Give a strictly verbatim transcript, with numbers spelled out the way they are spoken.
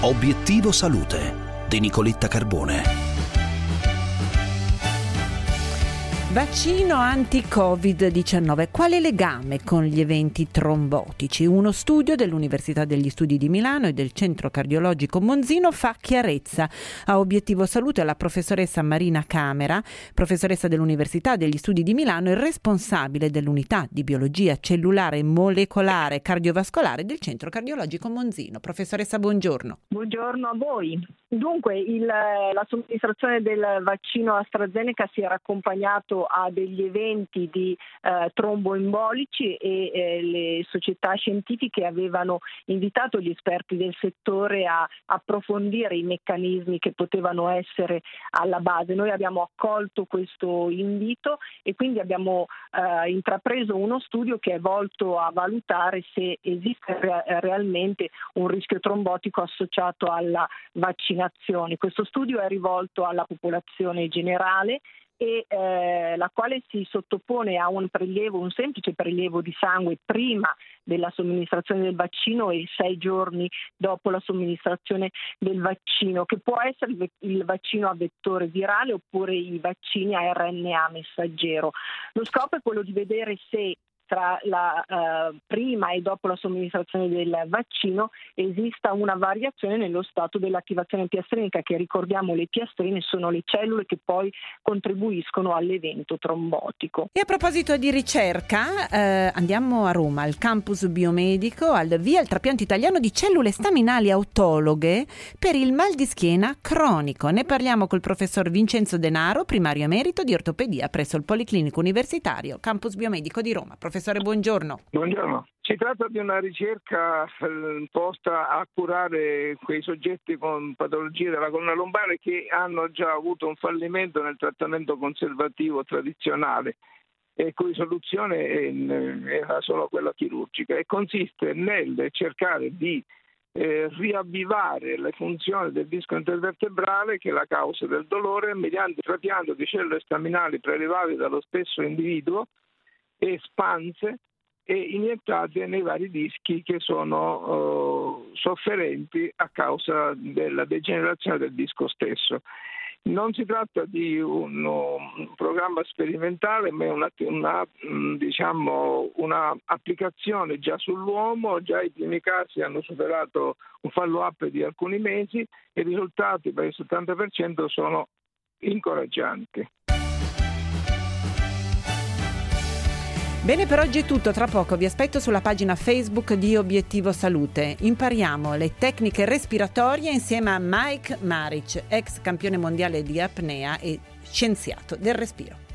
Obiettivo Salute di Nicoletta Carbone. Vaccino anti-covid diciannove. Quale legame con gli eventi trombotici? Uno studio dell'Università degli Studi di Milano e del Centro Cardiologico Monzino fa chiarezza. A Obiettivo Salute la professoressa Marina Camera, professoressa dell'Università degli Studi di Milano e responsabile dell'unità di biologia cellulare molecolare cardiovascolare del Centro Cardiologico Monzino. Professoressa, buongiorno. Buongiorno a voi. Dunque, il, la somministrazione del vaccino AstraZeneca si era accompagnato a degli eventi di eh, tromboembolici e eh, le società scientifiche avevano invitato gli esperti del settore a approfondire i meccanismi che potevano essere alla base. Noi abbiamo accolto questo invito e quindi abbiamo eh, intrapreso uno studio che è volto a valutare se esiste re- realmente un rischio trombotico associato alla vaccinazione. Questo studio è rivolto alla popolazione generale e eh, la quale si sottopone a un prelievo, un semplice prelievo di sangue prima della somministrazione del vaccino e sei giorni dopo la somministrazione del vaccino, che può essere il vaccino a vettore virale oppure i vaccini a erre enne a messaggero. Lo scopo è quello di vedere se tra la uh, prima e dopo la somministrazione del vaccino esista una variazione nello stato dell'attivazione piastrinica, che ricordiamo le piastrine sono le cellule che poi contribuiscono all'evento trombotico. E a proposito di ricerca, eh, andiamo a Roma, al campus biomedico, al via il trapianto italiano di cellule staminali autologhe per il mal di schiena cronico. Ne parliamo col professor Vincenzo Denaro, primario emerito di ortopedia presso il Policlinico Universitario Campus Biomedico di Roma. Professore, buongiorno. Buongiorno. Si tratta di una ricerca eh, posta a curare quei soggetti con patologie della colonna lombare che hanno già avuto un fallimento nel trattamento conservativo tradizionale e cui soluzione era solo quella chirurgica, e consiste nel cercare di eh, riavvivare le funzioni del disco intervertebrale, che è la causa del dolore, mediante il trapianto di cellule staminali prelevate dallo stesso individuo, espanse e iniettate nei vari dischi che sono uh, sofferenti a causa della degenerazione del disco stesso. Non si tratta di un, un programma sperimentale, ma è una, una, diciamo, una applicazione già sull'uomo. Già i primi casi hanno superato un follow-up di alcuni mesi e i risultati per il settanta per cento sono incoraggianti. Bene, per oggi è tutto. Tra poco vi aspetto sulla pagina Facebook di Obiettivo Salute. Impariamo le tecniche respiratorie insieme a Mike Maric, ex campione mondiale di apnea e scienziato del respiro.